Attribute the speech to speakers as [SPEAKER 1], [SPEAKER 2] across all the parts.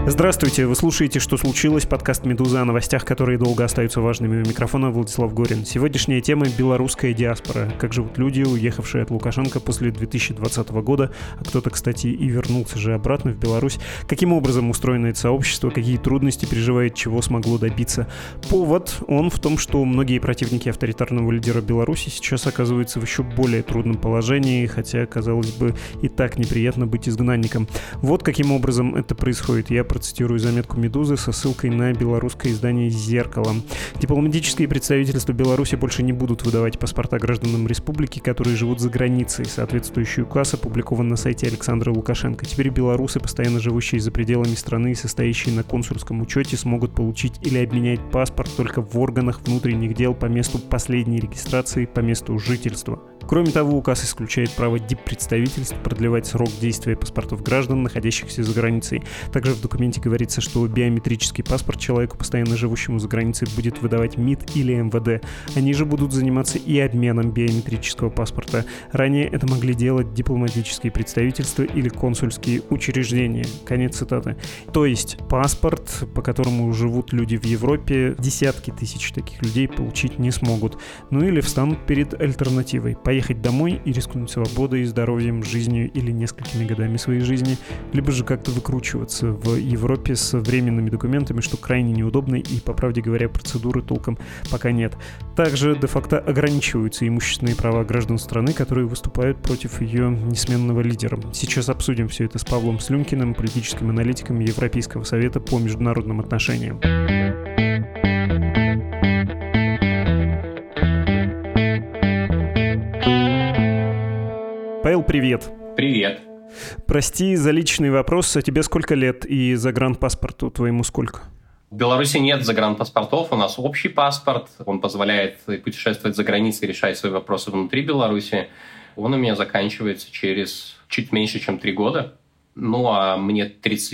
[SPEAKER 1] Здравствуйте, вы слушаете «Что случилось?» Подкаст «Медузы» о новостях, которые долго остаются важными. У микрофона Владислав Горин. Сегодняшняя тема – белорусская диаспора. Как живут люди, уехавшие от Лукашенко после 2020 года, а кто-то, кстати, и вернулся же обратно в Беларусь. Каким образом устроено это сообщество, какие трудности переживает, чего смогло добиться. Повод, он в том, что многие противники авторитарного лидера Беларуси сейчас оказываются в еще более трудном положении, хотя, казалось бы, и так неприятно быть изгнанником. Вот каким образом это происходит. Я процитирую заметку «Медузы» со ссылкой на белорусское издание «Зеркало». Дипломатические представительства Беларуси больше не будут выдавать паспорта гражданам республики, которые живут за границей. Соответствующий указ опубликован на сайте Александра Лукашенко. Теперь белорусы, постоянно живущие за пределами страны и состоящие на консульском учете, смогут получить или обменять паспорт только в органах внутренних дел по месту последней регистрации, по месту жительства. Кроме того, указ исключает право диппредставительств продлевать срок действия паспортов граждан, находящихся за границей. Также в документе говорится, что биометрический паспорт человеку, постоянно живущему за границей, будет выдавать МИД или МВД. Они же будут заниматься и обменом биометрического паспорта. Ранее это могли делать дипломатические представительства или консульские учреждения. Конец цитаты. То есть паспорт, по которому живут люди в Европе, десятки тысяч таких людей получить не смогут. Ну или встанут перед альтернативой. Поехать домой и рискнуть свободой, здоровьем, жизнью или несколькими годами своей жизни, либо же как-то выкручиваться в Европе с временными документами, что крайне неудобно и, по правде говоря, процедуры толком пока нет. Также де-факто ограничиваются имущественные права граждан страны, которые выступают против ее несменного лидера. Сейчас обсудим все это с Павлом Слюнкиным, политическим аналитиком Европейского совета по международным отношениям. Павел, привет.
[SPEAKER 2] Привет.
[SPEAKER 1] Прости за личный вопрос. А тебе сколько лет и загранпаспорту твоему сколько?
[SPEAKER 2] В Беларуси нет загранпаспортов, у нас общий паспорт. Он позволяет путешествовать за границей, решать свои вопросы внутри Беларуси. Он у меня заканчивается через чуть меньше, чем 3 года. Ну, а мне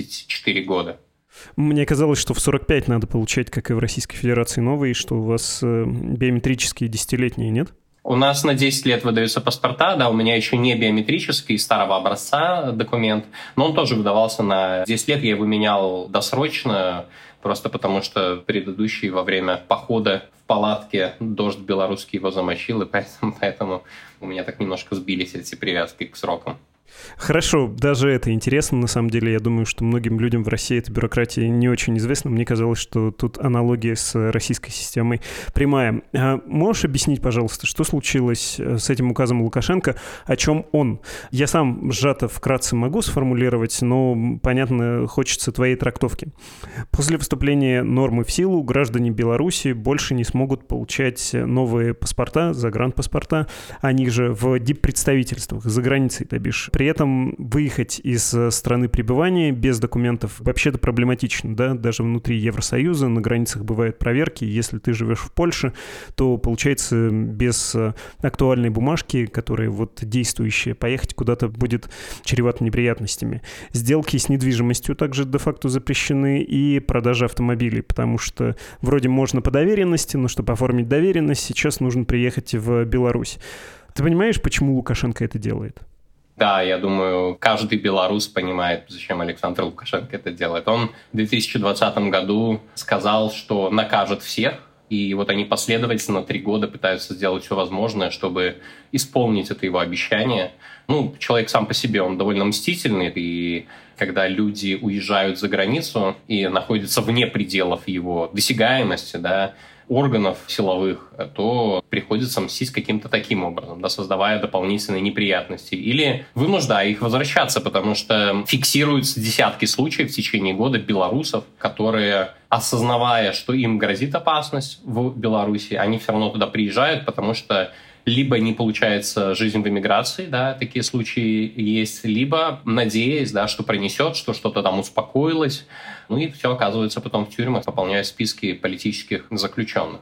[SPEAKER 2] 34 года.
[SPEAKER 1] Мне казалось, что в 45 надо получать, как и в Российской Федерации, новые, что у вас биометрические десятилетние, нет?
[SPEAKER 2] У нас на 10 лет выдаются паспорта, да, у меня еще не биометрический, старого образца документ, но он тоже выдавался на 10 лет, я его менял досрочно, просто потому что предыдущий во время похода в палатке дождь белорусский его замочил, и поэтому у меня так немножко сбились эти привязки к срокам.
[SPEAKER 1] Хорошо, даже это интересно, на самом деле. Я думаю, что многим людям в России эта бюрократия не очень известна. Мне казалось, что тут аналогия с российской системой прямая. Можешь объяснить, пожалуйста, что случилось с этим указом Лукашенко, о чем он? Я сам сжато вкратце могу сформулировать, но, понятно, хочется твоей трактовки. После вступления нормы в силу граждане Беларуси больше не смогут получать новые паспорта, загранпаспорта, они же в диппредставительствах за границей, то бишь. При этом выехать из страны пребывания без документов вообще-то проблематично, да, даже внутри Евросоюза на границах бывают проверки, если ты живешь в Польше, то получается без актуальной бумажки, которая вот действующая, поехать куда-то будет чревато неприятностями. Сделки с недвижимостью также де-факто запрещены и продажа автомобилей, потому что вроде можно по доверенности, но чтобы оформить доверенность, сейчас нужно приехать в Беларусь. Ты понимаешь, почему Лукашенко это делает?
[SPEAKER 2] Да, я думаю, каждый белорус понимает, зачем Александр Лукашенко это делает. Он в 2020 году сказал, что накажет всех, и вот они последовательно 3 года пытаются сделать все возможное, чтобы исполнить это его обещание. Ну, человек сам по себе, он довольно мстительный, и когда люди уезжают за границу и находятся вне пределов его досягаемости, да, органов силовых, то приходится мстить каким-то таким образом, да, создавая дополнительные неприятности или вынуждая их возвращаться, потому что фиксируются десятки случаев в течение года белорусов, которые, осознавая, что им грозит опасность в Беларуси, они все равно туда приезжают, потому что либо не получается жизнь в эмиграции, да, такие случаи есть, либо надеясь, да, что пронесет, что что-то там успокоилось, ну и все оказывается потом в тюрьмах, пополняя списки политических заключенных.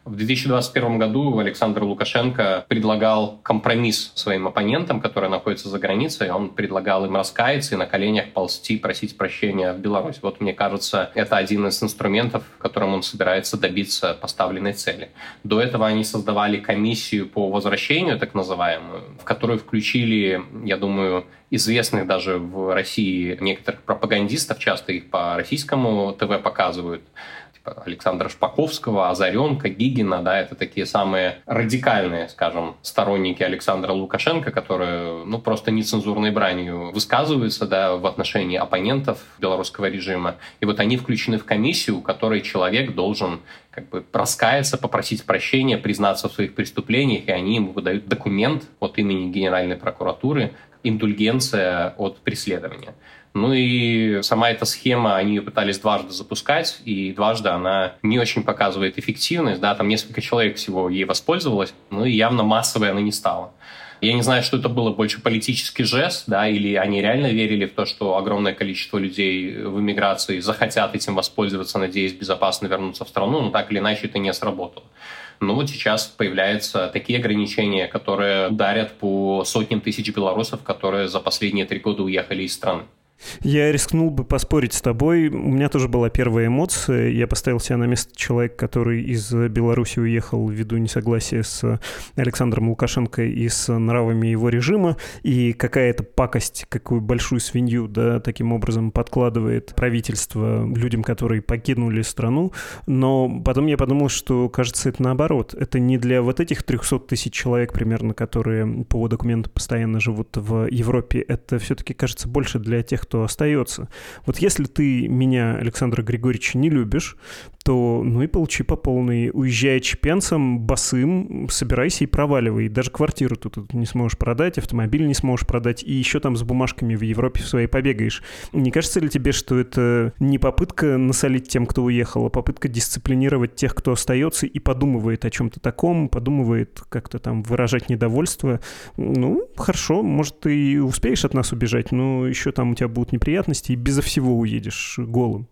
[SPEAKER 2] В 2021 году Александр Лукашенко предлагал компромисс своим оппонентам, которые находятся за границей. Он предлагал им раскаяться и на коленях ползти, просить прощения в Беларусь. Вот, мне кажется, это один из инструментов, которым он собирается добиться поставленной цели. До этого они создавали комиссию по возвращению, так называемую, в которую включили, я думаю, известных даже в России некоторых пропагандистов, часто их по российскому ТВ показывают, Александра Шпаковского, Озаренко, Гигина, да, это такие самые радикальные, скажем, сторонники Александра Лукашенко, которые, просто нецензурной бранью высказываются, да, в отношении оппонентов белорусского режима. И вот они включены в комиссию, у которой человек должен раскаяться, попросить прощения, признаться в своих преступлениях, и они ему выдают документ от имени Генеральной прокуратуры, индульгенция от преследования. И сама эта схема, они ее пытались дважды запускать, и дважды она не очень показывает эффективность. Да, там несколько человек всего ей воспользовалось, и явно массовой она не стала. Я не знаю, что это было больше политический жест, да, или они реально верили в то, что огромное количество людей в эмиграции захотят этим воспользоваться, надеясь безопасно вернуться в страну, но так или иначе это не сработало. Вот сейчас появляются такие ограничения, которые ударят по сотням тысяч белорусов, которые за последние 3 года уехали из страны.
[SPEAKER 1] Я рискнул бы поспорить с тобой. У меня тоже была первая эмоция. Я поставил себя на место человека, который из Беларуси уехал ввиду несогласия с Александром Лукашенко и с нравами его режима. И какая-то пакость, какую большую свинью, да, таким образом подкладывает правительство людям, которые покинули страну. Но потом я подумал, что, кажется, это наоборот. Это не для вот этих 300 тысяч человек примерно, которые по документу постоянно живут в Европе. Это все-таки, кажется, больше для тех, кто остается. Вот если ты меня, Александра Григорьевича, не любишь, то и получи по полной. Уезжай чепенцем, босым, собирайся и проваливай. Даже квартиру ты тут не сможешь продать, автомобиль не сможешь продать, и еще там с бумажками в Европе в своей побегаешь. Не кажется ли тебе, что это не попытка насолить тем, кто уехал, а попытка дисциплинировать тех, кто остается и подумывает о чем-то таком, подумывает как-то там выражать недовольство? Хорошо, может, ты и успеешь от нас убежать, но еще там у тебя будут неприятности, и безо всего уедешь голым.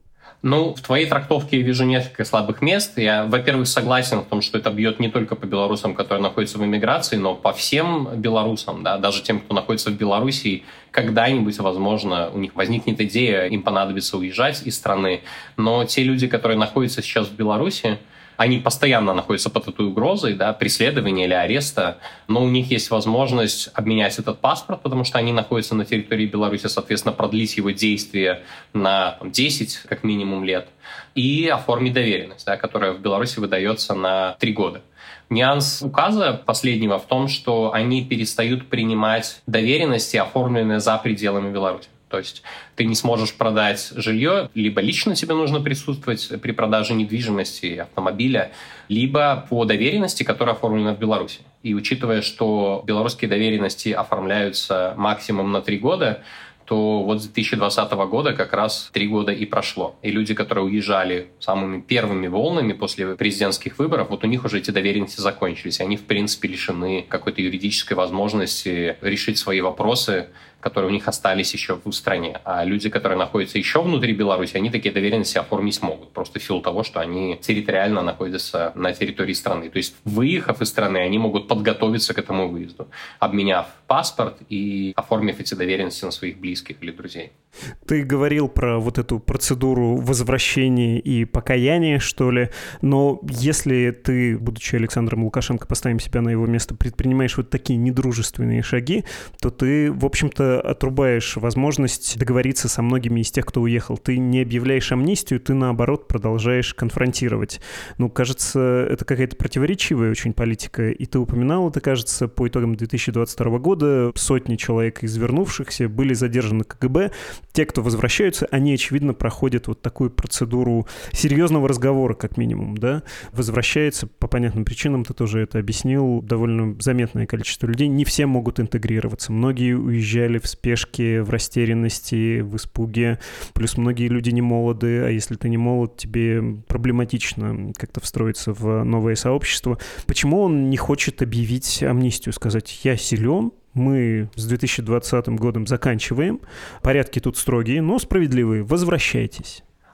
[SPEAKER 2] В твоей трактовке я вижу несколько слабых мест. Я, во-первых, согласен в том, что это бьет не только по белорусам, которые находятся в эмиграции, но по всем белорусам, да, даже тем, кто находится в Белоруссии, когда-нибудь, возможно, у них возникнет идея, им понадобится уезжать из страны. Но те люди, которые находятся сейчас в Беларуси, они постоянно находятся под этой угрозой, да, преследования или ареста, но у них есть возможность обменять этот паспорт, потому что они находятся на территории Беларуси, соответственно, продлить его действие на 10 как минимум лет и оформить доверенность, да, которая в Беларуси выдается на 3 года. Нюанс указа последнего в том, что они перестают принимать доверенности, оформленные за пределами Беларуси. То есть ты не сможешь продать жилье, либо лично тебе нужно присутствовать при продаже недвижимости, автомобиля, либо по доверенности, которая оформлена в Беларуси. И учитывая, что белорусские доверенности оформляются максимум на 3 года, то вот с 2020 года как раз 3 года и прошло. И люди, которые уезжали самыми первыми волнами после президентских выборов, вот у них уже эти доверенности закончились. Они, в принципе, лишены какой-то юридической возможности решить свои вопросы, которые у них остались еще в стране. А люди, которые находятся еще внутри Беларуси, они такие доверенности оформить могут. Просто в силу того, что они территориально находятся на территории страны. То есть, выехав из страны, они могут подготовиться к этому выезду, обменяв паспорт и оформив эти доверенности на своих близких или друзей.
[SPEAKER 1] Ты говорил про вот эту процедуру возвращения и покаяния, что ли, но если ты, будучи Александром Лукашенко, поставим себя на его место, предпринимаешь вот такие недружественные шаги, то ты, в общем-то, отрубаешь возможность договориться со многими из тех, кто уехал. Ты не объявляешь амнистию, ты, наоборот, продолжаешь конфронтировать. Кажется, это какая-то противоречивая очень политика. И ты упоминал это, кажется, по итогам 2022 года сотни человек из вернувшихся были задержаны КГБ. Те, кто возвращаются, они, очевидно, проходят вот такую процедуру серьезного разговора, как минимум, да? Возвращаются по понятным причинам, ты тоже это объяснил, довольно заметное количество людей. Не все могут интегрироваться. Многие уезжали в спешке, в растерянности, в испуге. Плюс многие люди не молоды, а если ты не молод, тебе проблематично как-то встроиться в новое сообщество. Почему он не хочет объявить амнистию, сказать «я силен», мы с 2020 годом заканчиваем, порядки тут строгие, но справедливые, возвращайтесь?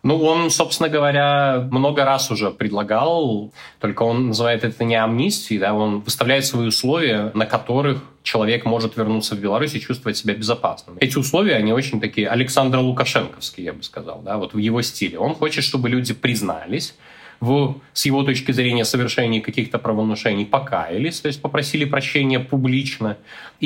[SPEAKER 2] Ну, он, собственно говоря, много раз уже предлагал, только он называет это не амнистией, да, он выставляет свои условия, на которых человек может вернуться в Беларусь и чувствовать себя безопасным. Эти условия, они очень такие Александра Лукашенковские, я бы сказал, да, вот в его стиле. Он хочет, чтобы люди признались с его точки зрения, совершении каких-то правонарушений, покаялись, то есть попросили прощения публично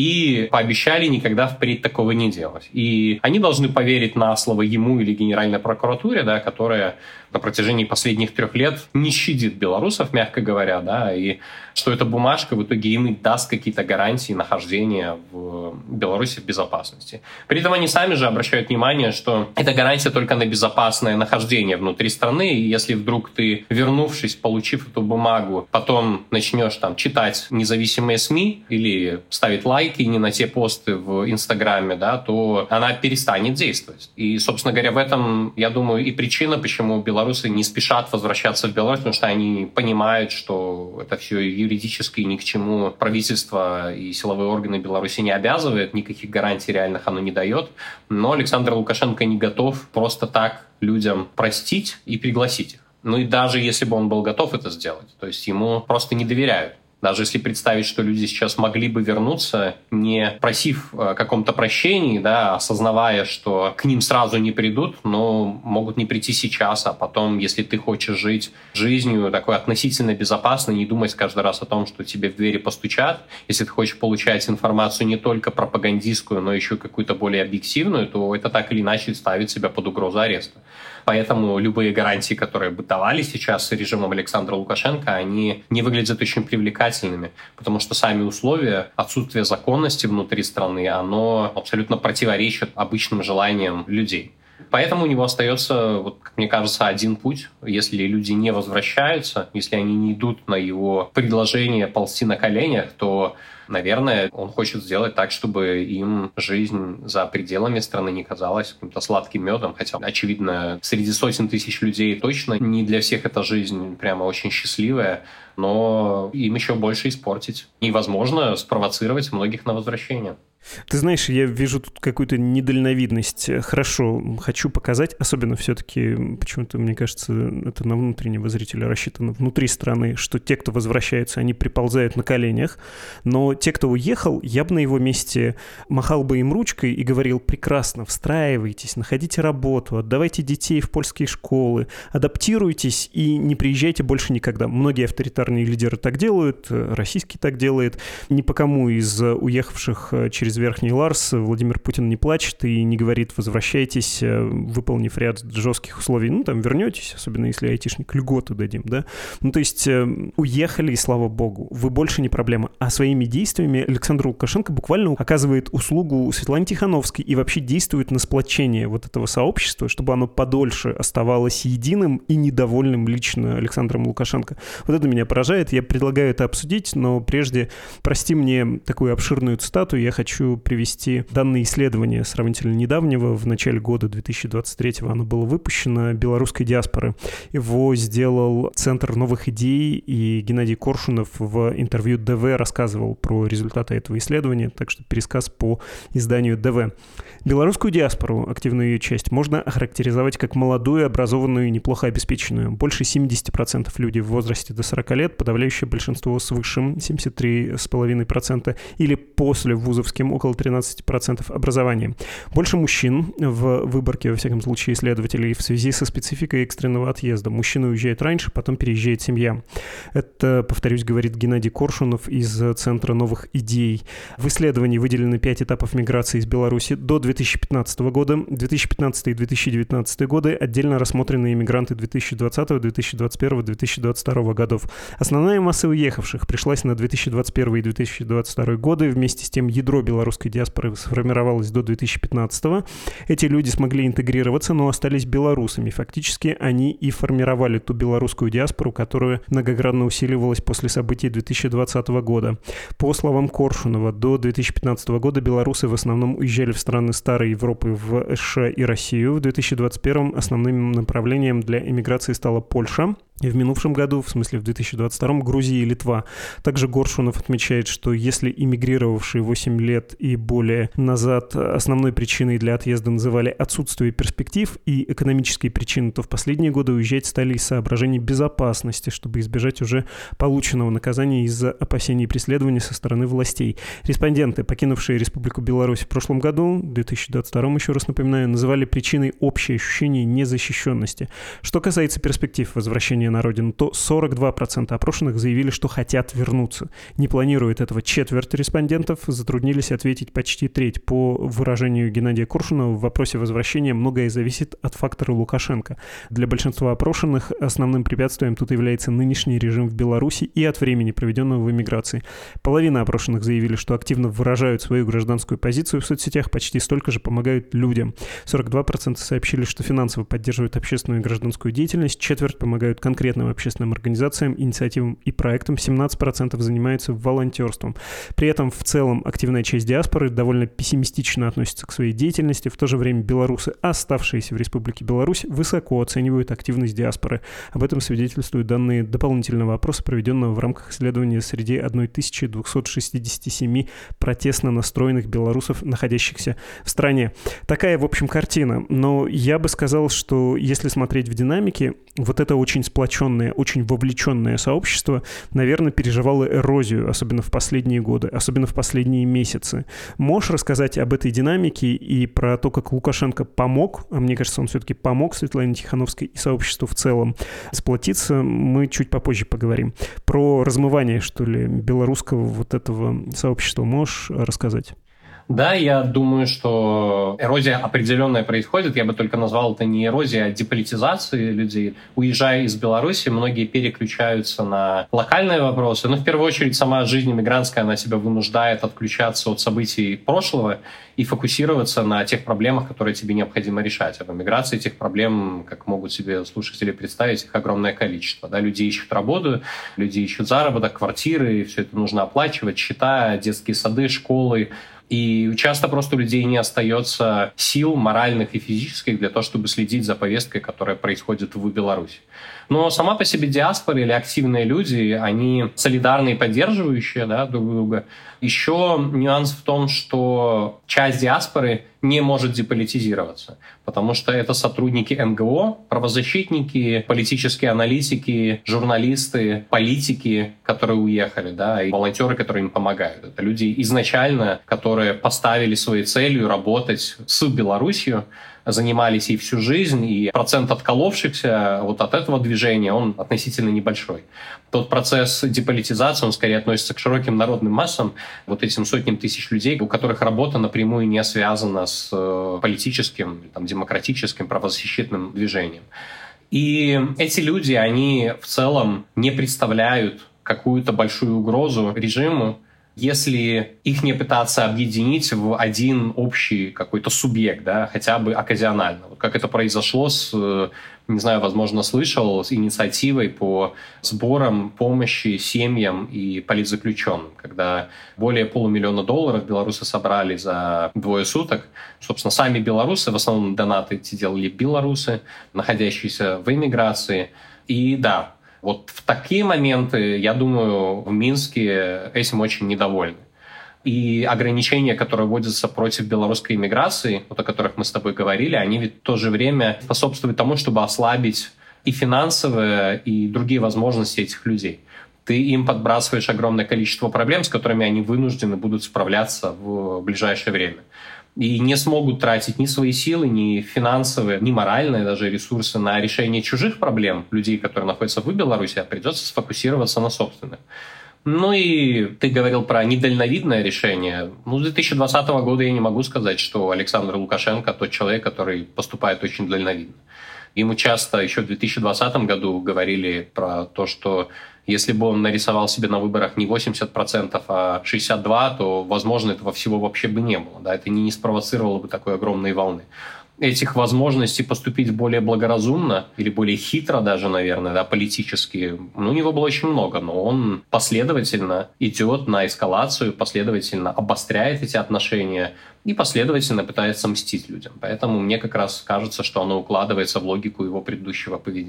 [SPEAKER 2] и пообещали никогда впредь такого не делать. И они должны поверить на слово ему или Генеральной прокуратуре, да, которая на протяжении последних 3 лет не щадит белорусов, мягко говоря, да, и что эта бумажка в итоге им даст какие-то гарантии нахождения в Беларуси в безопасности. При этом они сами же обращают внимание, что это гарантия только на безопасное нахождение внутри страны, и если вдруг ты, вернувшись, получив эту бумагу, потом начнешь там читать независимые СМИ или ставить лайки не на те посты в Инстаграме, да, то она перестанет действовать. И, собственно говоря, в этом, я думаю, и причина, почему белорусы не спешат возвращаться в Беларусь, потому что они понимают, что это все юридически ни к чему правительство и силовые органы Беларуси не обязывает, никаких гарантий реальных оно не дает. Но Александр Лукашенко не готов просто так людям простить и пригласить их. Ну и даже если бы он был готов это сделать, то есть ему просто не доверяют. Даже если представить, что люди сейчас могли бы вернуться, не просив о каком-то прощении, да, осознавая, что к ним сразу не придут, но могут не прийти сейчас, а потом, если ты хочешь жить жизнью такой относительно безопасной, не думать каждый раз о том, что тебе в двери постучат, если ты хочешь получать информацию не только пропагандистскую, но еще какую-то более объективную, то это так или иначе ставит себя под угрозу ареста. Поэтому любые гарантии, которые бы давали сейчас режимом Александра Лукашенко, они не выглядят очень привлекательными, потому что сами условия, отсутствие законности внутри страны, оно абсолютно противоречит обычным желаниям людей. Поэтому у него остается, вот, как мне кажется, один путь. Если люди не возвращаются, если они не идут на его предложение ползти на коленях, то, наверное, он хочет сделать так, чтобы им жизнь за пределами страны не казалась каким-то сладким медом. Хотя, очевидно, среди сотен тысяч людей точно не для всех эта жизнь прямо очень счастливая, но им еще больше испортить. И, возможно, спровоцировать многих на возвращение.
[SPEAKER 1] Ты знаешь, я вижу тут какую-то недальновидность. Хорошо, хочу показать, особенно все-таки, почему-то, мне кажется, это на внутреннего зрителя рассчитано внутри страны, что те, кто возвращаются, они приползают на коленях, но те, кто уехал, я бы на его месте махал бы им ручкой и говорил: прекрасно, встраивайтесь, находите работу, отдавайте детей в польские школы, адаптируйтесь и не приезжайте больше никогда. Многие авторитарные лидеры так делают, российский так делает. Ни по кому из уехавших через Верхний Ларс Владимир Путин не плачет и не говорит: возвращайтесь, выполнив ряд жестких условий. Ну, там, вернетесь, особенно если айтишник, льготы дадим, да. Ну, то есть уехали, и слава богу, вы больше не проблема. А своими действиями Александр Лукашенко буквально оказывает услугу Светлане Тихановской и вообще действует на сплочение вот этого сообщества, чтобы оно подольше оставалось единым и недовольным лично Александром Лукашенко. Вот это меня поражает. Я предлагаю это обсудить, но прежде прости мне такую обширную цитату. Я хочу привести данные исследования сравнительно недавнего, в начале года 2023-го оно было выпущено, белорусской диаспоры. Его сделал Центр новых идей, и Геннадий Коршунов в интервью ДВ рассказывал про результаты этого исследования, так что пересказ по изданию ДВ. Белорусскую диаспору, активную ее часть, можно охарактеризовать как молодую, образованную и неплохо обеспеченную. Больше 70% людей в возрасте до 40 лет, подавляющее большинство с высшим, 73,5%, или после вузовским около 13% образования. Больше мужчин в выборке, во всяком случае, исследователей в связи со спецификой экстренного отъезда. Мужчина уезжает раньше, потом переезжает семья. Это, повторюсь, говорит Геннадий Коршунов из Центра новых идей. В исследовании выделены 5 этапов миграции из Беларуси до 2015 года. 2015 и 2019 годы отдельно рассмотрены иммигранты 2020, 2021, 2022 годов. Основная масса уехавших пришлась на 2021 и 2022 годы. Вместе с тем ядро белорусской диаспоры сформировалось до 2015-го. Эти люди смогли интегрироваться, но остались белорусами. Фактически они и формировали ту белорусскую диаспору, которая многократно усиливалась после событий 2020 года. По словам Коршунова, до 2015 года белорусы в основном уезжали в страны старой Европы, в США и Россию. В 2021 основным направлением для эмиграции стала Польша. И в минувшем году, в смысле в 2022, Грузия и Литва. Также Горшунов отмечает, что если эмигрировавшие 8 лет лет и более назад основной причиной для отъезда называли отсутствие перспектив и экономические причины, то в последние годы уезжать стали из соображений безопасности, чтобы избежать уже полученного наказания из-за опасений преследования со стороны властей. Респонденты, покинувшие Республику Беларусь в прошлом году, 2022, еще раз напоминаю, называли причиной общее ощущение незащищенности. Что касается перспектив возвращения на родину, то 42% опрошенных заявили, что хотят вернуться. Не планирует этого четверть респондентов, затруднились ответить почти треть. По выражению Геннадия Коршунова, в вопросе возвращения многое зависит от фактора Лукашенко. Для большинства опрошенных основным препятствием тут является нынешний режим в Беларуси и от времени, проведенного в эмиграции. Половина опрошенных заявили, что активно выражают свою гражданскую позицию в соцсетях, почти столько же помогают людям. 42% сообщили, что финансово поддерживают общественную и гражданскую деятельность, четверть помогают конкретным общественным организациям, инициативам и проектам, 17% занимаются волонтерством. При этом в целом активная часть диаспоры довольно пессимистично относится к своей деятельности. В то же время белорусы, оставшиеся в Республике Беларусь, высоко оценивают активность диаспоры. Об этом свидетельствуют данные дополнительного опроса, проведенного в рамках исследования среди 1267 протестно настроенных белорусов, находящихся в стране. Такая, в общем, картина. Но я бы сказал, что если смотреть в динамике, вот это очень сплоченное, очень вовлеченное сообщество, наверное, переживало эрозию, особенно в последние годы, особенно в последние месяцы. Можешь рассказать об этой динамике и про то, как Лукашенко помог, а мне кажется, он все-таки помог Светлане Тихановской и сообществу в целом сплотиться, мы чуть попозже поговорим. Про размывание, что ли, белорусского вот этого сообщества можешь рассказать?
[SPEAKER 2] Да, я думаю, что эрозия определенная происходит. Я бы только назвал это не эрозия, а деполитизация людей. Уезжая из Беларуси, многие переключаются на локальные вопросы. Но в первую очередь сама жизнь иммигрантская, она тебя вынуждает отключаться от событий прошлого и фокусироваться на тех проблемах, которые тебе необходимо решать. А в эмиграции этих проблем, как могут себе слушатели представить, их огромное количество. Да? Люди ищут работу, люди ищут заработок, квартиры, все это нужно оплачивать, счета, детские сады, школы. И часто просто у людей не остается сил моральных и физических для того, чтобы следить за повесткой, которая происходит в Беларуси. Но сама по себе диаспора или активные люди, они солидарные и поддерживающие, да, друг друга. Еще нюанс в том, что часть диаспоры не может деполитизироваться, потому что это сотрудники НГО, правозащитники, политические аналитики, журналисты, политики, которые уехали, да, и волонтеры, которые им помогают. Это люди изначально, которые поставили своей целью работать с Беларусью, занимались ей всю жизнь, и процент отколовшихся вот от этого движения, он относительно небольшой. Тот процесс деполитизации, он скорее относится к широким народным массам, вот этим сотням тысяч людей, у которых работа напрямую не связана с политическим, там, демократическим, правозащитным движением. И эти люди, они в целом не представляют какую-то большую угрозу режиму, если их не пытаться объединить в один общий какой-то субъект, да, хотя бы оказионально. Вот как это произошло с, не знаю, возможно, слышал, с инициативой по сборам помощи семьям и политзаключенным, когда более $500 000 белорусы собрали за 2 суток. Собственно, сами белорусы, в основном донаты эти делали белорусы, находящиеся в эмиграции. И да, вот в такие моменты, я думаю, в Минске этим очень недовольны. И ограничения, которые вводятся против белорусской иммиграции, вот о которых мы с тобой говорили, они ведь в то же время способствуют тому, чтобы ослабить и финансовые, и другие возможности этих людей. Ты им подбрасываешь огромное количество проблем, с которыми они вынуждены будут справляться в ближайшее время. И не смогут тратить ни свои силы, ни финансовые, ни моральные даже ресурсы на решение чужих проблем людей, которые находятся в Беларуси, а придется сфокусироваться на собственных. Ну и ты говорил про недальновидное решение. С 2020 года я не могу сказать, что Александр Лукашенко тот человек, который поступает очень дальновидно. Ему часто еще в 2020 году говорили про то, что если бы он нарисовал себе на выборах не 80%, а 62%, то, возможно, этого всего вообще бы не было. Да? Это не спровоцировало бы такой огромной волны. Этих возможностей поступить более благоразумно или более хитро даже, наверное, да, политически, у него было очень много, но он последовательно идет на эскалацию, последовательно обостряет эти отношения и последовательно пытается мстить людям. Поэтому мне как раз кажется, что оно укладывается в логику его предыдущего поведения.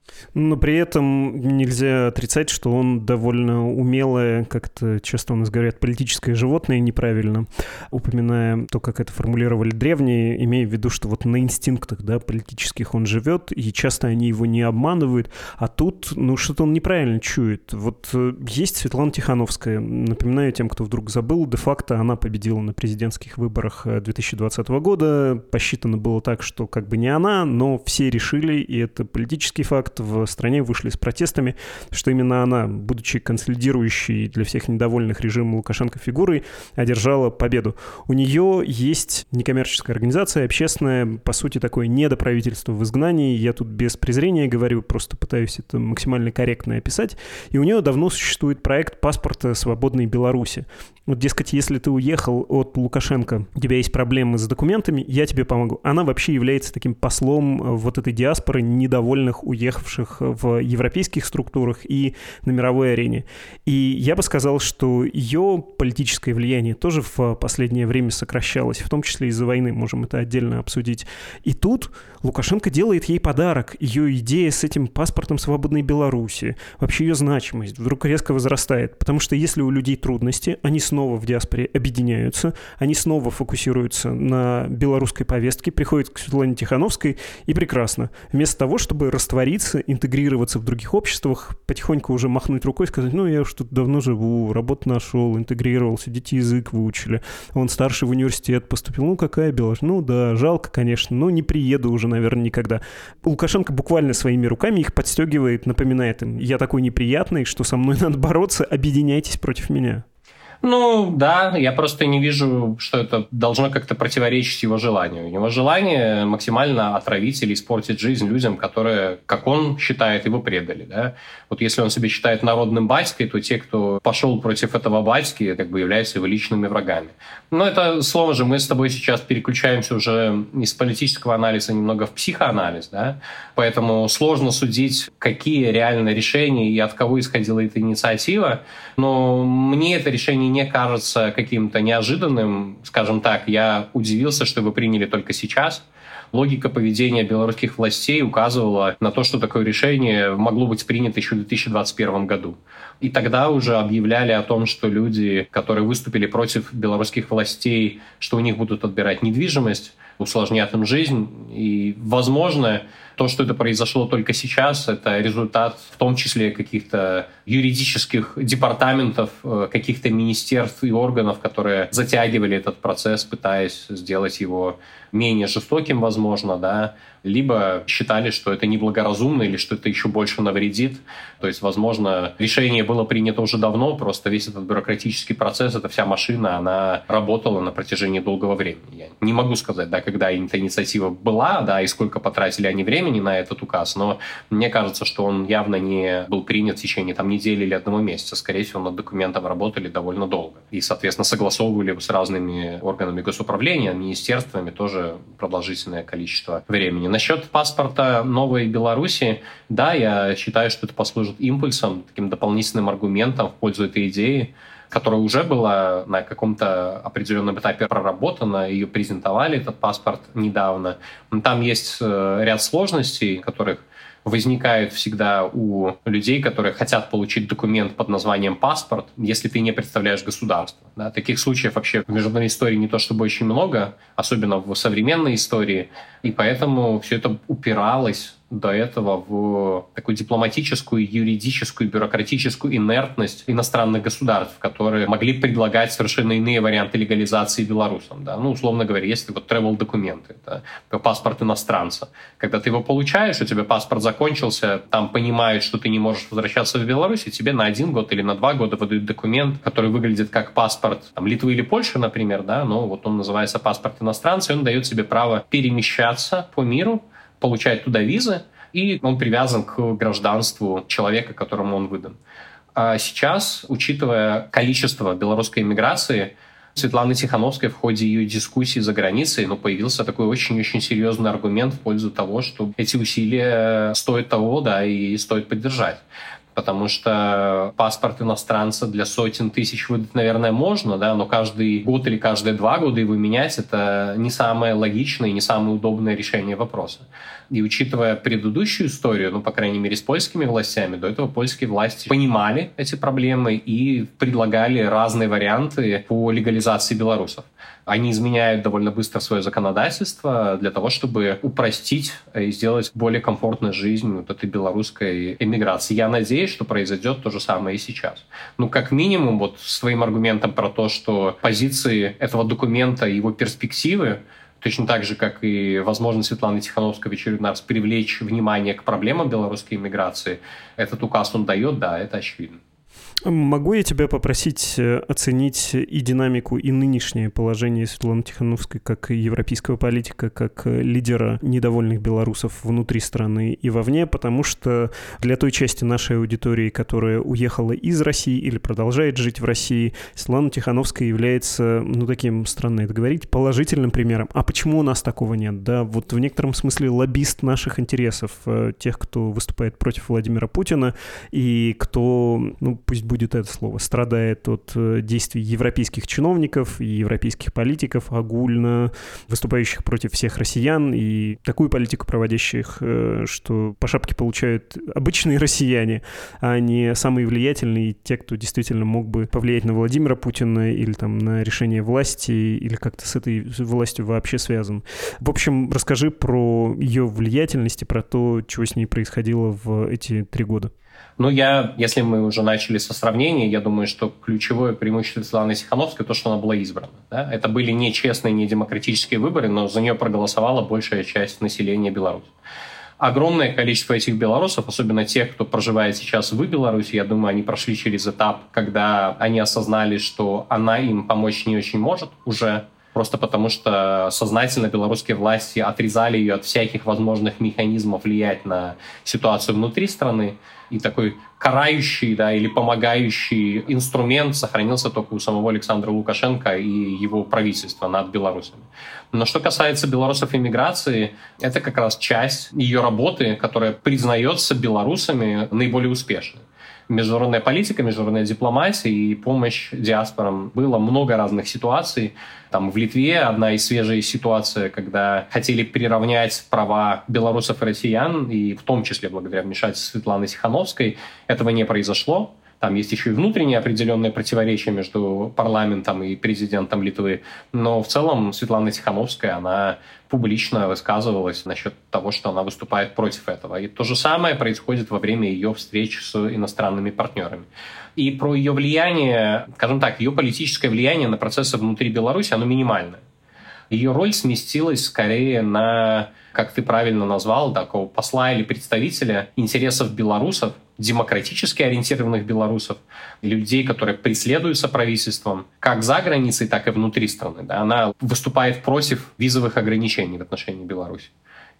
[SPEAKER 1] Но при этом нельзя отрицать, что он довольно умелое, как-то часто у нас говорят, политическое животное, неправильно, упоминая то, как это формулировали древние, имея в виду, что вот на инстинктах, да, политических он живет, и часто они его не обманывают, а тут, ну, что-то он неправильно чует. Вот есть Светлана Тихановская, напоминаю тем, кто вдруг забыл, де-факто она победила на президентских выборах 2020 года, посчитано было так, что как бы не она, но все решили, и это политический факт, в стране вышли с протестами, что именно она, будучи консолидирующей для всех недовольных режимом Лукашенко фигурой, одержала победу. У нее есть некоммерческая организация, общественная, по сути, такое недоправительство в изгнании. Я тут без презрения говорю, просто пытаюсь это максимально корректно описать. И у нее давно существует проект паспорта свободной Беларуси. Вот, дескать, если ты уехал от Лукашенко, у тебя есть проблемы с документами, я тебе помогу. Она вообще является таким послом вот этой диаспоры недовольных, уехавших в европейских структурах и на мировой арене. И я бы сказал, что ее политическое влияние тоже в последнее время сокращалось, в том числе из-за войны, можем это отдельно обсудить. И тут Лукашенко делает ей подарок. Ее идея с этим паспортом свободной Беларуси, вообще ее значимость вдруг резко возрастает. Потому что если у людей трудности, они снова в диаспоре объединяются, они снова фокусируются на белорусской повестке, приходят к Светлане Тихановской, и прекрасно. Вместо того, чтобы раствориться, интегрироваться в других обществах, потихоньку уже махнуть рукой, сказать, ну, я уж тут давно живу, работу нашел, интегрировался, дети язык выучили, он старший в университет поступил, ну, какая Беларусь? Ну, да, жалко, конечно, но не приеду уже, наверное, никогда. Лукашенко буквально своими руками их подстегивает, напоминает им, я такой неприятный, что со мной надо бороться, объединяйтесь против меня.
[SPEAKER 2] Ну, да, я просто не вижу, что это должно как-то противоречить его желанию. У него желание максимально отравить или испортить жизнь людям, которые, как он считает, его предали. Да? Вот если он себя считает народным батькой, то те, кто пошел против этого батьки, как бы являются его личными врагами. Но это слово же, мы с тобой сейчас переключаемся уже из политического анализа немного в психоанализ, да? Поэтому сложно судить, какие реально решения и от кого исходила эта инициатива, но мне это решение не кажется каким-то неожиданным. Скажем так, я удивился, что вы приняли только сейчас. Логика поведения белорусских властей указывала на то, что такое решение могло быть принято еще в 2021 году. И тогда уже объявляли о том, что люди, которые выступили против белорусских властей, что у них будут отбирать недвижимость, усложнят им жизнь. И, возможно, то, что это произошло только сейчас, это результат в том числе каких-то юридических департаментов, каких-то министерств и органов, которые затягивали этот процесс, пытаясь сделать его менее жестоким, возможно, да, либо считали, что это неблагоразумно или что это еще больше навредит. То есть, возможно, решение было принято уже давно, просто весь этот бюрократический процесс, эта вся машина, она работала на протяжении долгого времени. Я не могу сказать, да, когда эта инициатива была, да, и сколько потратили они времени на этот указ, но мне кажется, что он явно не был принят в течение там недели или одного месяца. Скорее всего, над документом работали довольно долго. И, соответственно, согласовывали с разными органами госуправления, министерствами тоже продолжительное количество времени. Насчет паспорта Новой Беларуси, да, я считаю, что это послужит импульсом, таким дополнительным аргументом в пользу этой идеи, которая уже была на каком-то определенном этапе проработана, ее презентовали, этот паспорт, недавно. Там есть ряд сложностей, которых возникает всегда у людей, которые хотят получить документ под названием паспорт, если ты не представляешь государство. Да? Таких случаев вообще в международной истории не то чтобы очень много, особенно в современной истории, и поэтому все это упиралось до этого в такую дипломатическую, юридическую, бюрократическую инертность иностранных государств, которые могли предлагать совершенно иные варианты легализации белорусам. Да? Ну, условно говоря, если вот travel-документы, это паспорт иностранца. Когда ты его получаешь, у тебя паспорт закончился, там понимают, что ты не можешь возвращаться в Беларусь, и тебе на 1 год или на 2 года выдают документ, который выглядит как паспорт там, Литвы или Польши, например, да? Но вот он называется паспорт иностранца, и он дает тебе право перемещаться по миру, получать туда визы, и он привязан к гражданству человека, которому он выдан. А сейчас, учитывая количество белорусской иммиграции, Светланы Тихановской в ходе ее дискуссий за границей появился такой очень-очень серьезный аргумент в пользу того, что эти усилия стоят того, да, и стоит поддержать. потому что паспорт иностранца для сотен тысяч выдать, наверное, можно, да, но каждый год или каждые 2 года его менять — это не самое логичное и не самое удобное решение вопроса. И учитывая предыдущую историю, ну, по крайней мере, с польскими властями, до этого польские власти понимали эти проблемы и предлагали разные варианты по легализации белорусов. Они изменяют довольно быстро свое законодательство для того, чтобы упростить и сделать более комфортной жизнь вот этой белорусской эмиграции. Я надеюсь, что произойдет то же самое и сейчас. Ну, как минимум, вот своим аргументом про то, что позиции этого документа и его перспективы, точно так же, как и возможность Светланы Тихановской в очередной раз привлечь внимание к проблемам белорусской иммиграции, этот указ он дает, да, это очевидно.
[SPEAKER 1] Могу я тебя попросить оценить и динамику, и нынешнее положение Светланы Тихановской как европейского политика, как лидера недовольных белорусов внутри страны и вовне, потому что для той части нашей аудитории, которая уехала из России или продолжает жить в России, Светлана Тихановская является, ну, таким, странно это говорить, положительным примером. А почему у нас такого нет? Да, вот в некотором смысле лоббист наших интересов, тех, кто выступает против Владимира Путина и кто, ну, пусть будет это слово, страдает от действий европейских чиновников и европейских политиков, огульно выступающих против всех россиян и такую политику проводящих, что по шапке получают обычные россияне, а не самые влиятельные, те, кто действительно мог бы повлиять на Владимира Путина или там на решение власти, или как-то с этой властью вообще связан. В общем, расскажи про ее влиятельность и про то, чего с ней происходило в эти 3 года.
[SPEAKER 2] Ну, если мы уже начали со сравнения, я думаю, что ключевое преимущество Светланы Тихановской — то, что она была избрана. Да? Это были не честные, не демократические выборы, но за нее проголосовала большая часть населения Беларуси. Огромное количество этих белорусов, особенно тех, кто проживает сейчас в Беларуси, я думаю, они прошли через этап, когда они осознали, что она им помочь не очень может уже, просто потому что сознательно белорусские власти отрезали ее от всяких возможных механизмов влиять на ситуацию внутри страны. И такой карающий, да, или помогающий инструмент сохранился только у самого Александра Лукашенко и его правительства над белорусами. Но что касается белорусов иммиграции, это как раз часть ее работы, которая признается белорусами наиболее успешной. Международная политика, международная дипломатия и помощь диаспорам. Было много разных ситуаций. Там в Литве одна из свежая ситуация, когда хотели приравнять права белорусов и россиян, и в том числе благодаря вмешательству Светланы Тихановской. Этого не произошло. Там есть еще и внутренние определенные противоречия между парламентом и президентом Литвы. Но в целом Светлана Тихановская, она публично высказывалась насчет того, что она выступает против этого. И то же самое происходит во время ее встреч с иностранными партнерами. И про ее влияние, скажем так, ее политическое влияние на процессы внутри Беларуси, оно минимальное. Ее роль сместилась скорее на, как ты правильно назвал, такого посла или представителя интересов белорусов, демократически ориентированных белорусов, людей, которые преследуются правительством, как за границей, так и внутри страны. Да. Она выступает против визовых ограничений в отношении Беларуси.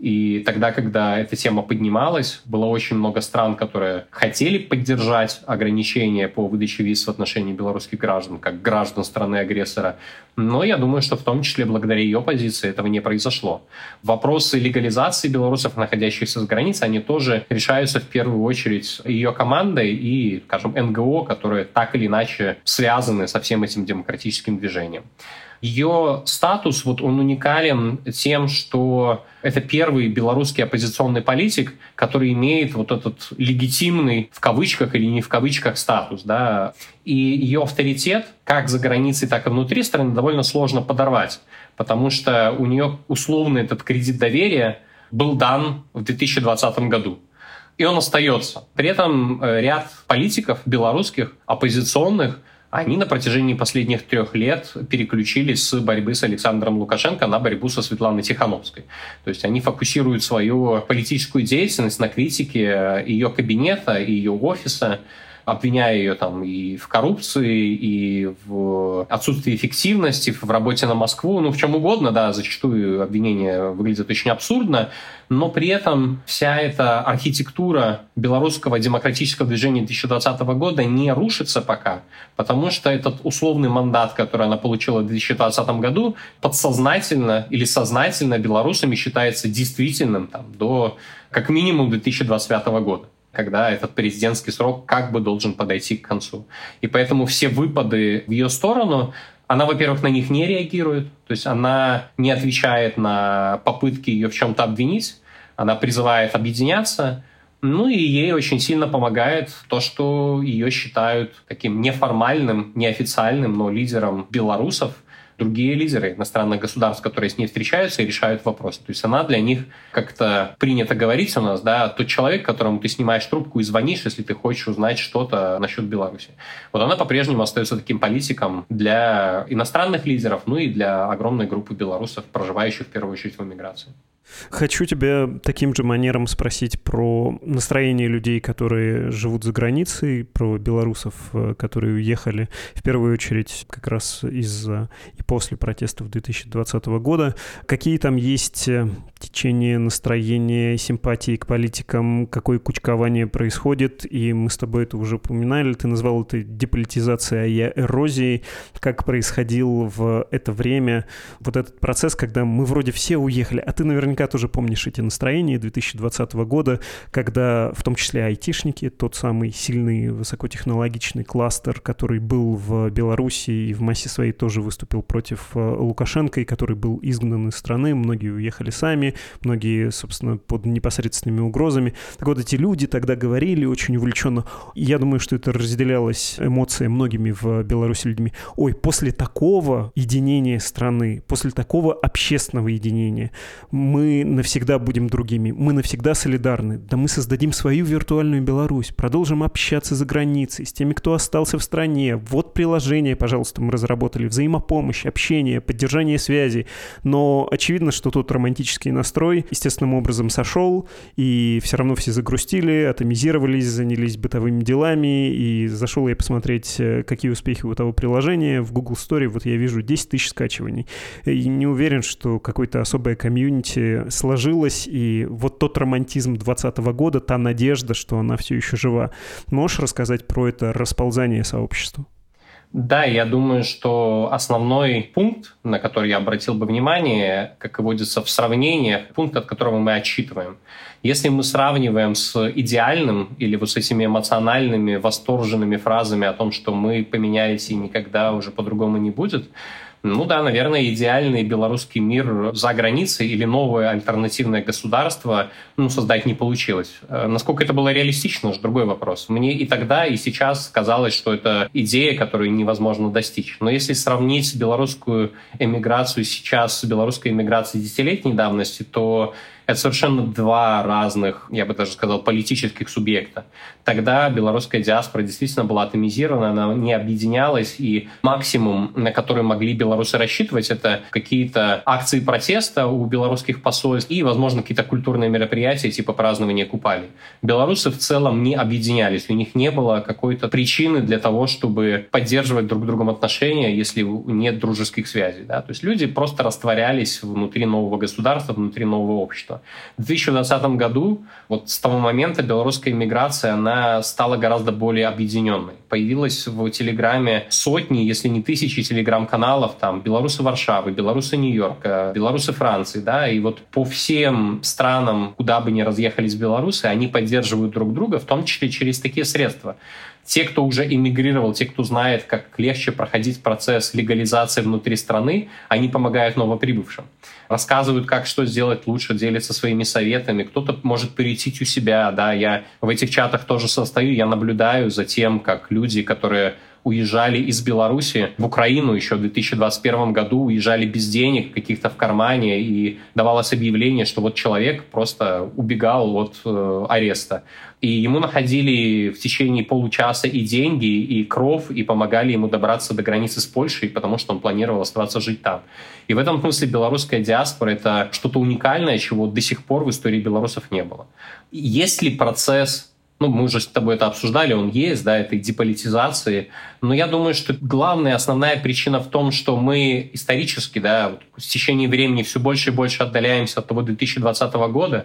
[SPEAKER 2] И тогда, когда эта тема поднималась, было очень много стран, которые хотели поддержать ограничения по выдаче виз в отношении белорусских граждан, как граждан страны-агрессора. Но я думаю, что в том числе благодаря ее позиции этого не произошло. Вопросы легализации белорусов, находящихся за границей, они тоже решаются в первую очередь ее командой и, скажем, НГО, которые так или иначе связаны со всем этим демократическим движением. Ее статус, вот он уникален тем, что это первый белорусский оппозиционный политик, который имеет вот этот легитимный, в кавычках или не в кавычках, статус. Да? И ее авторитет, как за границей, так и внутри страны, довольно сложно подорвать, потому что у нее условный этот кредит доверия был дан в 2020 году. И он остается. При этом ряд политиков белорусских, оппозиционных, они на протяжении последних 3 лет переключились с борьбы с Александром Лукашенко на борьбу со Светланой Тихановской. То есть они фокусируют свою политическую деятельность на критике ее кабинета и ее офиса, обвиняя ее там и в коррупции, и в отсутствии эффективности, в работе на Москву, ну в чем угодно, да, зачастую обвинения выглядят очень абсурдно, но при этом вся эта архитектура белорусского демократического движения 2020 года не рушится пока, потому что этот условный мандат, который она получила в 2020 году, подсознательно или сознательно белорусами считается действительным там, до как минимум 2025 года. когда этот президентский срок как бы должен подойти к концу. И поэтому все выпады в ее сторону, она, во-первых, на них не реагирует, то есть она не отвечает на попытки ее в чем-то обвинить, она призывает объединяться, и ей очень сильно помогает то, что ее считают таким неформальным, неофициальным, но лидером белорусов, другие лидеры иностранных государств, которые с ней встречаются и решают вопросы. То есть она для них, как-то принято говорить у нас, тот человек, которому ты снимаешь трубку и звонишь, если ты хочешь узнать что-то насчет Беларуси. Вот она по-прежнему остается таким политиком для иностранных лидеров, и для огромной группы белорусов, проживающих в первую очередь в эмиграции.
[SPEAKER 1] Хочу тебя таким же манером спросить про настроение людей, которые живут за границей, про белорусов, которые уехали в первую очередь как раз из-за и после протестов 2020 года. Какие там есть течения, настроения, симпатии к политикам, какое кучкование происходит? И мы с тобой это уже упоминали, ты назвал это деполитизацией, а я эрозией. Как происходил в это время вот этот процесс, когда мы вроде все уехали, а ты наверняка тоже помнишь эти настроения 2020 года, когда в том числе айтишники, тот самый сильный высокотехнологичный кластер, который был в Беларуси и в массе своей тоже выступил против Лукашенко, и который был изгнан из страны, многие уехали сами, многие, собственно, под непосредственными угрозами. Так вот, эти люди тогда говорили очень увлеченно, я думаю, что это разделялось эмоция многими в Беларуси людьми. Ой, после такого единения страны, после такого общественного единения мы навсегда будем другими, мы навсегда солидарны, да мы создадим свою виртуальную Беларусь, продолжим общаться за границей с теми, кто остался в стране. Вот приложение, пожалуйста, мы разработали, взаимопомощь, общение, поддержание связей. Но очевидно, что тут романтический настрой естественным образом сошел, и все равно все загрустили, атомизировались, занялись бытовыми делами, и зашел я посмотреть, какие успехи у того приложения. В Google Story вот я вижу 10 тысяч скачиваний. И не уверен, что какое-то особое комьюнити сложилось, и вот тот романтизм 2020 года, та надежда, что она все еще жива. Можешь рассказать про это расползание сообщества?
[SPEAKER 2] Да, я думаю, что основной пункт, на который я обратил бы внимание, как и водится в сравнениях, пункт, от которого мы отсчитываем. Если мы сравниваем с идеальным или вот с этими эмоциональными, восторженными фразами о том, что мы поменялись и никогда уже по-другому не будет, наверное, идеальный белорусский мир за границей или новое альтернативное государство создать не получилось. Насколько это было реалистично, уже другой вопрос. Мне и тогда, и сейчас казалось, что это идея, которую невозможно достичь. Но если сравнить белорусскую эмиграцию сейчас с белорусской эмиграцией десятилетней давности, то это совершенно два разных, я бы даже сказал, политических субъекта. Тогда белорусская диаспора действительно была атомизирована, она не объединялась, и максимум, на который могли белорусы рассчитывать, это какие-то акции протеста у белорусских посольств и, возможно, какие-то культурные мероприятия типа празднования Купали. Белорусы в целом не объединялись, у них не было какой-то причины для того, чтобы поддерживать друг с другом отношения, если нет дружеских связей. Да? То есть люди просто растворялись внутри нового государства, внутри нового общества. В 2020 году, вот с того момента, белорусская иммиграция, она стала гораздо более объединенной. Появилось в Телеграме сотни, если не тысячи телеграм-каналов, там, белорусы Варшавы, белорусы Нью-Йорка, белорусы Франции, да, и вот по всем странам, куда бы ни разъехались белорусы, они поддерживают друг друга, в том числе через такие средства. Те, кто уже эмигрировал, те, кто знает, как легче проходить процесс легализации внутри страны, они помогают новоприбывшим. Рассказывают, как что сделать лучше, делятся своими советами. Кто-то может перейтить у себя. Да, я в этих чатах тоже состою, я наблюдаю за тем, как люди, которые уезжали из Беларуси в Украину еще в 2021 году, уезжали без денег, каких-то в кармане, и давалось объявление, что вот человек просто убегал от ареста. И ему находили в течение получаса и деньги, и кров, и помогали ему добраться до границы с Польшей, потому что он планировал оставаться жить там. И в этом смысле белорусская диаспора — это что-то уникальное, чего до сих пор в истории белорусов не было. Есть ли процесс, мы уже с тобой это обсуждали, он есть, да, этой деполитизации, но я думаю, что главная, основная причина в том, что мы исторически, да, в течение времени все больше и больше отдаляемся от того 2020 года,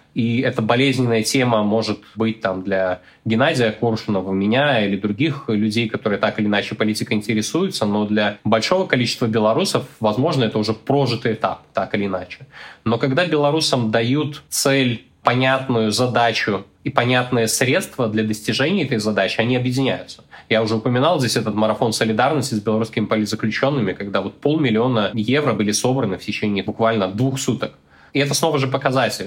[SPEAKER 2] и эта болезненная тема может быть там для Геннадия Коршунова, меня или других людей, которые так или иначе политикой интересуются, но для большого количества белорусов, возможно, это уже прожитый этап, так или иначе. Но когда белорусам дают цель понятную задачу и понятные средства для достижения этой задачи, они объединяются. Я уже упоминал здесь этот марафон солидарности с белорусскими политзаключенными, когда 500 000 евро были собраны в течение буквально 2 суток. И это снова же показатель.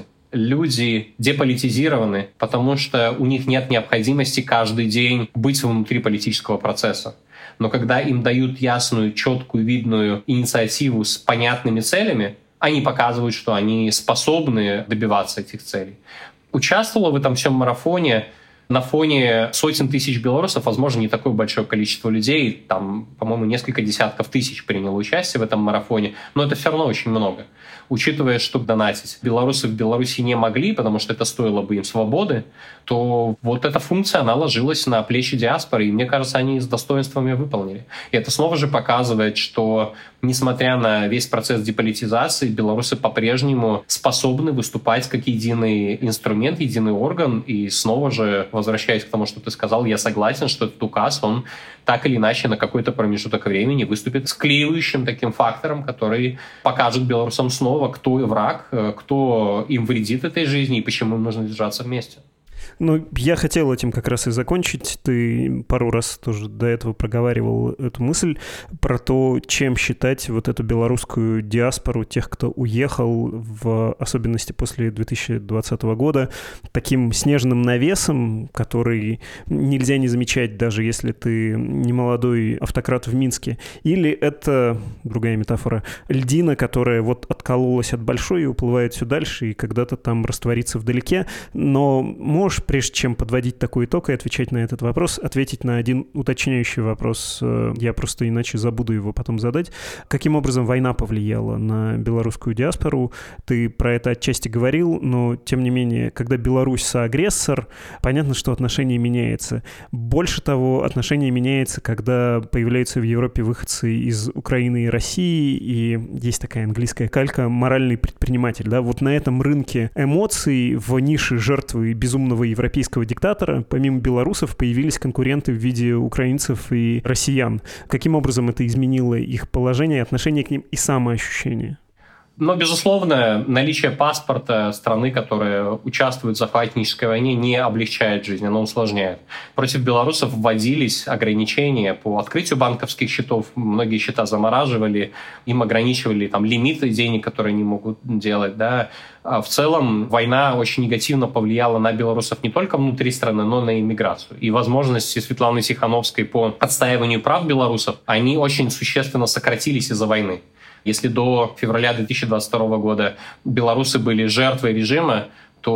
[SPEAKER 2] Люди деполитизированы, потому что у них нет необходимости каждый день быть внутри политического процесса. Но когда им дают ясную, четкую, видную инициативу с понятными целями, они показывают, что они способны добиваться этих целей. Участвовало в этом всем марафоне на фоне сотен тысяч белорусов, возможно, не такое большое количество людей, там, по-моему, несколько десятков тысяч приняло участие в этом марафоне, но это все равно очень много. Учитывая, что донатить белорусы в Беларуси не могли, потому что это стоило бы им свободы, то вот эта функция, она ложилась на плечи диаспоры, и мне кажется, они с достоинством ее выполнили. И это снова же показывает, что, несмотря на весь процесс деполитизации, белорусы по-прежнему способны выступать как единый инструмент, единый орган, и снова же, возвращаясь к тому, что ты сказал, я согласен, что этот указ, он так или иначе на какой-то промежуток времени выступит склеивающим таким фактором, который покажет белорусам снова, кто враг, кто им вредит этой жизни и почему им нужно держаться вместе.
[SPEAKER 1] Ну, я хотел этим как раз и закончить. Ты пару раз тоже до этого проговаривал эту мысль про то, чем считать вот эту белорусскую диаспору, тех, кто уехал, в особенности после 2020 года, таким снежным навесом, который нельзя не замечать, даже если ты не молодой автократ в Минске. Или это, другая метафора, льдина, которая вот откололась от большой и уплывает все дальше, и когда-то там растворится вдалеке. Но можешь, прежде чем подводить такой итог и отвечать на этот вопрос, ответить на один уточняющий вопрос. Я просто иначе забуду его потом задать. Каким образом война повлияла на белорусскую диаспору? Ты про это отчасти говорил, но, тем не менее, когда Беларусь соагрессор, понятно, что отношение меняется. Больше того, отношение меняется, когда появляются в Европе выходцы из Украины и России, и есть такая английская калька «моральный предприниматель». Да? Вот на этом рынке эмоций в нише жертвы безумного европейского диктатора, помимо белорусов, появились конкуренты в виде украинцев и россиян. Каким образом это изменило их положение, отношение к ним и самоощущение?
[SPEAKER 2] Но, безусловно, наличие паспорта страны, которая участвует в захватнической войне, не облегчает жизнь, оно усложняет. Против белорусов вводились ограничения по открытию банковских счетов, многие счета замораживали, им ограничивали там, лимиты денег, которые они могут делать. Да. В целом война очень негативно повлияла на белорусов не только внутри страны, но и на иммиграцию. И возможности Светланы Тихановской по отстаиванию прав белорусов, они очень существенно сократились из-за войны. Если до февраля 2022 года белорусы были жертвой режима,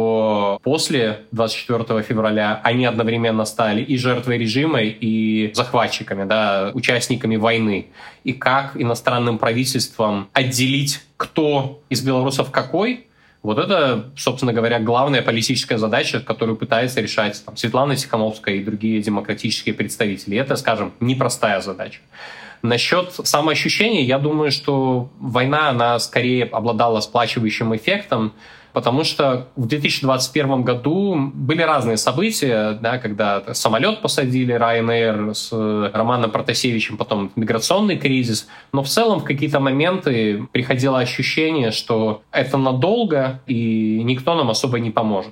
[SPEAKER 2] то после 24 февраля они одновременно стали и жертвой режима, и захватчиками, да, участниками войны. И как иностранным правительствам отделить, кто из белорусов какой, вот это, собственно говоря, главная политическая задача, которую пытается решать там, Светлана Тихановская и другие демократические представители. И это, скажем, непростая задача. Насчет самоощущения, я думаю, что война, она скорее обладала сплачивающим эффектом, потому что в 2021 году были разные события, да, когда самолет посадили, Ryanair с Романом Протасевичем, потом миграционный кризис, но в целом в какие-то моменты приходило ощущение, что это надолго и никто нам особо не поможет.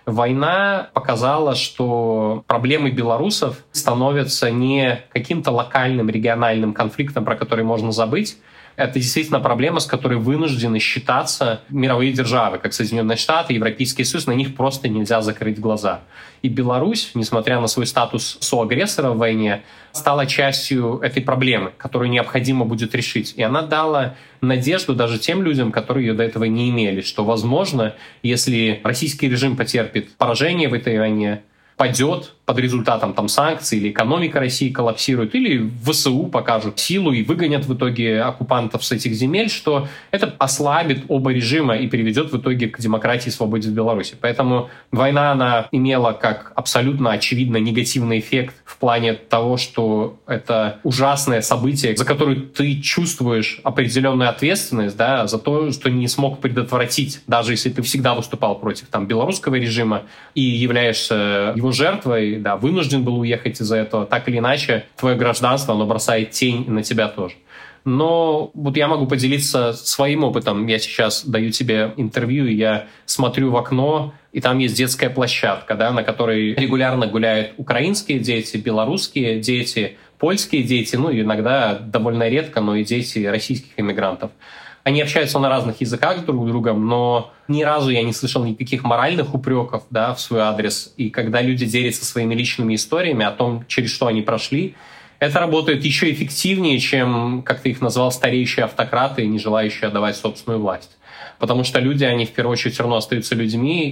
[SPEAKER 2] Война показала, что проблемы белорусов становятся не каким-то локальным региональным конфликтом, про который можно забыть. Это действительно проблема, с которой вынуждены считаться мировые державы, как Соединенные Штаты, Европейский Союз, на них просто нельзя закрыть глаза. И Беларусь, несмотря на свой статус соагрессора в войне, стала частью этой проблемы, которую необходимо будет решить. И она дала надежду даже тем людям, которые ее до этого не имели, что, возможно, если российский режим потерпит поражение в этой войне, падет под результатом там, санкций, или экономика России коллапсирует, или ВСУ покажут силу и выгонят в итоге оккупантов с этих земель, что это ослабит оба режима и приведет в итоге к демократии и свободе в Беларуси. Поэтому война, она имела как абсолютно очевидно негативный эффект в плане того, что это ужасное событие, за которое ты чувствуешь определенную ответственность, да, за то, что не смог предотвратить, даже если ты всегда выступал против там, белорусского режима и являешься его жертвой, да, вынужден был уехать из-за этого, так или иначе, твое гражданство, оно бросает тень на тебя тоже. Но вот я могу поделиться своим опытом. Я сейчас даю тебе интервью, и я смотрю в окно, и там есть детская площадка, да, на которой регулярно гуляют украинские дети, белорусские дети, польские дети, ну и иногда довольно редко, но и дети российских иммигрантов. Они общаются на разных языках друг с другом, но ни разу я не слышал никаких моральных упреков, да, в свой адрес. И когда люди делятся своими личными историями о том, через что они прошли, это работает еще эффективнее, чем, как ты их назвал, стареющие автократы, не желающие отдавать собственную власть. Потому что люди, они в первую очередь все равно остаются людьми,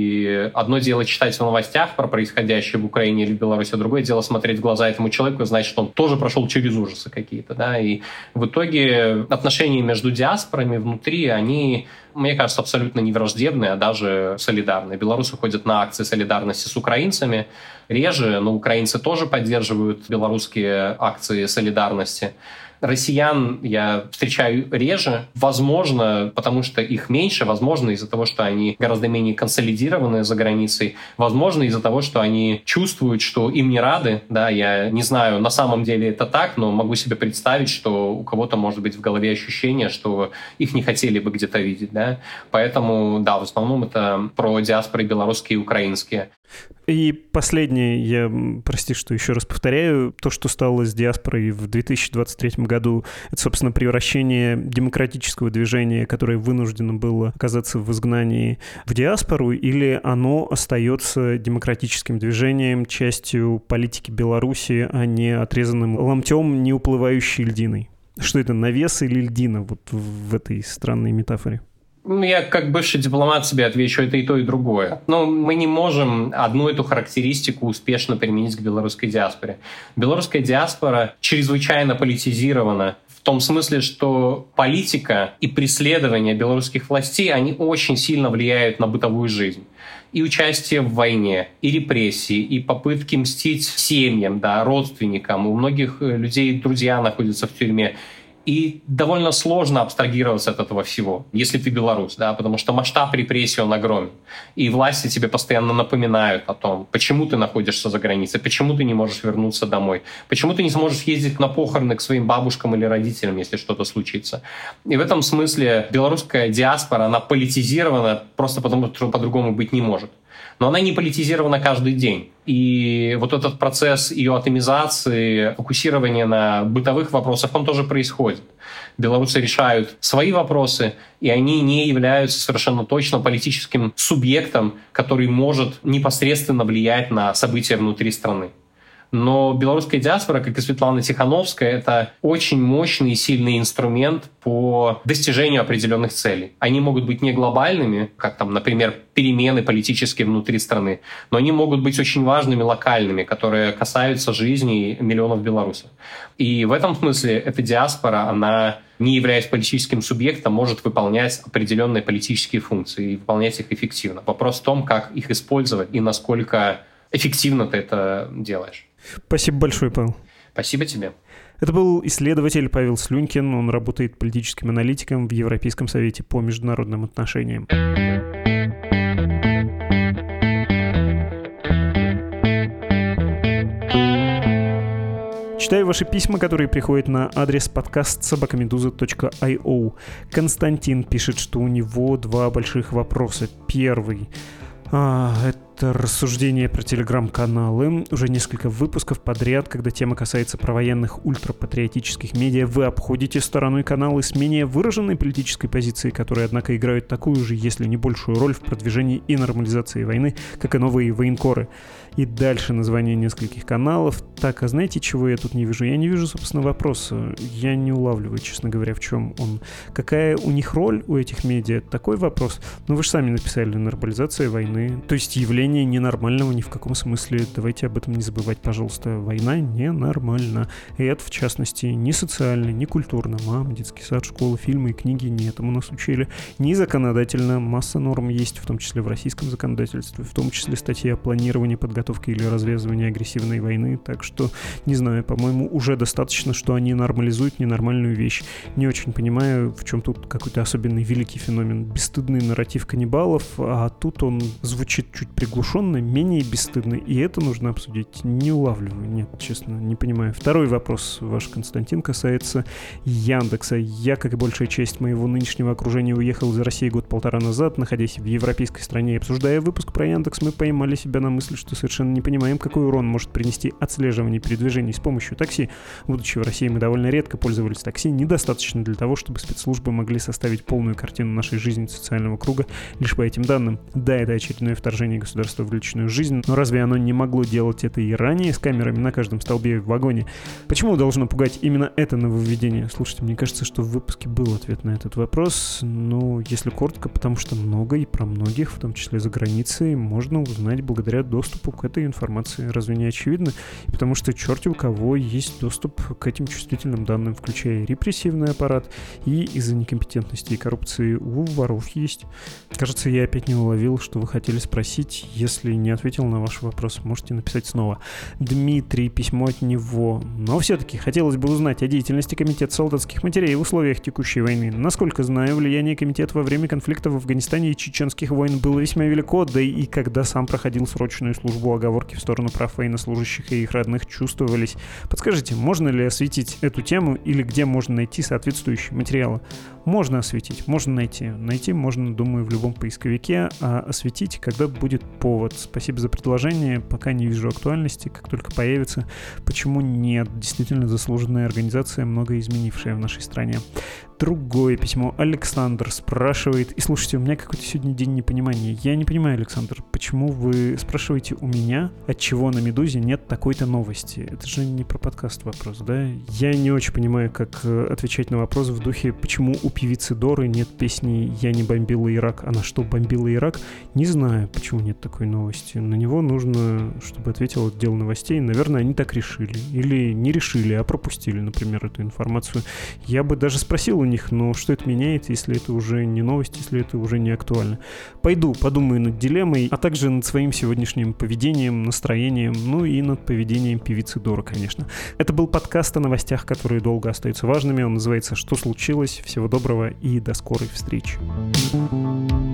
[SPEAKER 2] и одно дело читать в новостях про происходящее в Украине или в Беларуси, а другое дело смотреть в глаза этому человеку и знать, что он тоже прошел через ужасы какие-то. Да? И в итоге отношения между диаспорами внутри, они, мне кажется, абсолютно не враждебные, а даже солидарные. Белорусы ходят на акции солидарности с украинцами реже, но украинцы тоже поддерживают белорусские акции солидарности. Россиян я встречаю реже, возможно, потому что их меньше, возможно, из-за того, что они гораздо менее консолидированы за границей, возможно, из-за того, что они чувствуют, что им не рады. Да, я не знаю, на самом деле это так, но могу себе представить, что у кого-то может быть в голове ощущение, что их не хотели бы где-то видеть. Да? Поэтому, да, в основном это про диаспоры белорусские и украинские.
[SPEAKER 1] И последнее, я, прости, что еще раз повторяю, то, что стало с диаспорой в 2023 году, это, собственно, превращение демократического движения, которое вынуждено было оказаться в изгнании, в диаспору, или оно остается демократическим движением, частью политики Беларуси, а не отрезанным ломтем, не уплывающей льдиной? Что это, навес или льдина вот в этой странной метафоре?
[SPEAKER 2] Я как бывший дипломат себе отвечу, это и то, и другое. Но мы не можем одну эту характеристику успешно применить к белорусской диаспоре. Белорусская диаспора чрезвычайно политизирована в том смысле, что политика и преследование белорусских властей, они очень сильно влияют на бытовую жизнь. И участие в войне, и репрессии, и попытки мстить семьям, да, родственникам. У многих людей друзья находятся в тюрьме. И довольно сложно абстрагироваться от этого всего, если ты белорус, да, потому что масштаб репрессий, он огромен. И власти тебе постоянно напоминают о том, почему ты находишься за границей, почему ты не можешь вернуться домой, почему ты не сможешь ездить на похороны к своим бабушкам или родителям, если что-то случится. И в этом смысле белорусская диаспора, она политизирована просто потому, что по-другому быть не может. Но она не политизирована каждый день. И вот этот процесс ее атомизации, фокусирования на бытовых вопросах, он тоже происходит. Белорусы решают свои вопросы, и они не являются совершенно точно политическим субъектом, который может непосредственно влиять на события внутри страны. Но белорусская диаспора, как и Светлана Тихановская, это очень мощный и сильный инструмент по достижению определенных целей. Они могут быть не глобальными, как там, например, перемены политические внутри страны, но они могут быть очень важными, локальными, которые касаются жизни миллионов белорусов. И в этом смысле эта диаспора, она, не являясь политическим субъектом, может выполнять определенные политические функции и выполнять их эффективно. Вопрос в том, как их использовать и насколько эффективно ты это делаешь.
[SPEAKER 1] Спасибо большое, Павел.
[SPEAKER 2] Спасибо тебе.
[SPEAKER 1] Это был исследователь Павел Слюнькин. Он работает политическим аналитиком в Европейском совете по международным отношениям. Читаю ваши письма, которые приходят на адрес podcast@meduza.io. Константин пишет, что у него два больших вопроса. Первый. Это рассуждение про телеграм-каналы. Уже несколько выпусков подряд, когда тема касается провоенных ультрапатриотических медиа, вы обходите стороной каналы с менее выраженной политической позицией, которые, однако, играют такую же, если не большую роль в продвижении и нормализации войны, как и новые военкоры. И дальше название нескольких каналов. Так, а знаете, чего я тут не вижу? Я не вижу, собственно, вопроса. Я не улавливаю, честно говоря, в чем он. Какая у них роль, у этих медиа? Такой вопрос. Ну, вы же сами написали: нормализация войны. То есть явление ненормального ни в каком смысле. Давайте об этом не забывать, пожалуйста. Война ненормальна. И это, в частности, не социально, не культурно. Мам, детский сад, школа, фильмы и книги не этому нас учили. Не законодательно. Масса норм есть, в том числе в российском законодательстве, в том числе статьи о планировании, подготовке или развязывания агрессивной войны. Так что, не знаю, по-моему, уже достаточно, что они нормализуют ненормальную вещь. Не очень понимаю, в чем тут какой-то особенный великий феномен. Бесстыдный нарратив каннибалов, а тут он звучит чуть приглушенно приглушенно, менее бесстыдно, и это нужно обсудить. Не улавливаю, нет, честно, не понимаю. Второй вопрос ваш, Константин, касается Яндекса. Я, как и большая часть моего нынешнего окружения, уехал из России год-полтора назад, находясь в европейской стране, и обсуждая выпуск про Яндекс, мы поймали себя на мысли, что совершенно не понимаем, какой урон может принести отслеживание передвижений с помощью такси. Будучи в России, мы довольно редко пользовались такси, недостаточно для того, чтобы спецслужбы могли составить полную картину нашей жизни социального круга лишь по этим данным. Да, это очередное вторжение государства в личную жизнь, но разве оно не могло делать это и ранее с камерами на каждом столбе в вагоне? Почему должно пугать именно это нововведение? Слушайте, мне кажется, что в выпуске был ответ на этот вопрос. Ну, если коротко, потому что много и про многих, в том числе за границей, можно узнать благодаря доступу к этой информации. Разве не очевидно? И потому что черти у кого есть доступ к этим чувствительным данным, включая репрессивный аппарат, и из-за некомпетентности и коррупции у воров есть. Кажется, я опять не уловил, что вы хотели спросить. Если не ответил на ваш вопрос, можете написать снова. Дмитрий, письмо от него. Но все-таки хотелось бы узнать о деятельности Комитета солдатских матерей в условиях текущей войны. Насколько знаю, влияние комитета во время конфликта в Афганистане и чеченских войн было весьма велико, да и когда сам проходил срочную службу, оговорки в сторону прав военнослужащих и их родных чувствовались. Подскажите, можно ли осветить эту тему или где можно найти соответствующие материалы? Можно осветить, можно найти. Найти можно, думаю, в любом поисковике, а осветить, когда будет повод. Спасибо за предложение, пока не вижу актуальности, как только появится. Почему нет? Действительно заслуженная организация, много изменившая в нашей стране. Другое письмо. Александр спрашивает, и слушайте, у меня какой-то сегодня день непонимания. Я не понимаю, Александр, почему вы спрашиваете у меня, отчего на «Медузе» нет такой-то новости? Это же не про подкаст вопрос, да? Я не очень понимаю, как отвечать на вопрос в духе, почему у певицы Доры нет песни «Я не бомбила Ирак». Она что, бомбила Ирак? Не знаю, почему нет такой новости. На него нужно, чтобы ответил отдел новостей. Наверное, они так решили. Или не решили, а пропустили, например, эту информацию. Я бы даже спросил у них, но что это меняет, если это уже не новость, если это уже не актуально? Пойду, подумаю над дилеммой, а также над своим сегодняшним поведением, настроением, ну и над поведением певицы Доры, конечно. Это был подкаст о новостях, которые долго остаются важными. Он называется «Что случилось?». Всего доброго и до скорой встречи.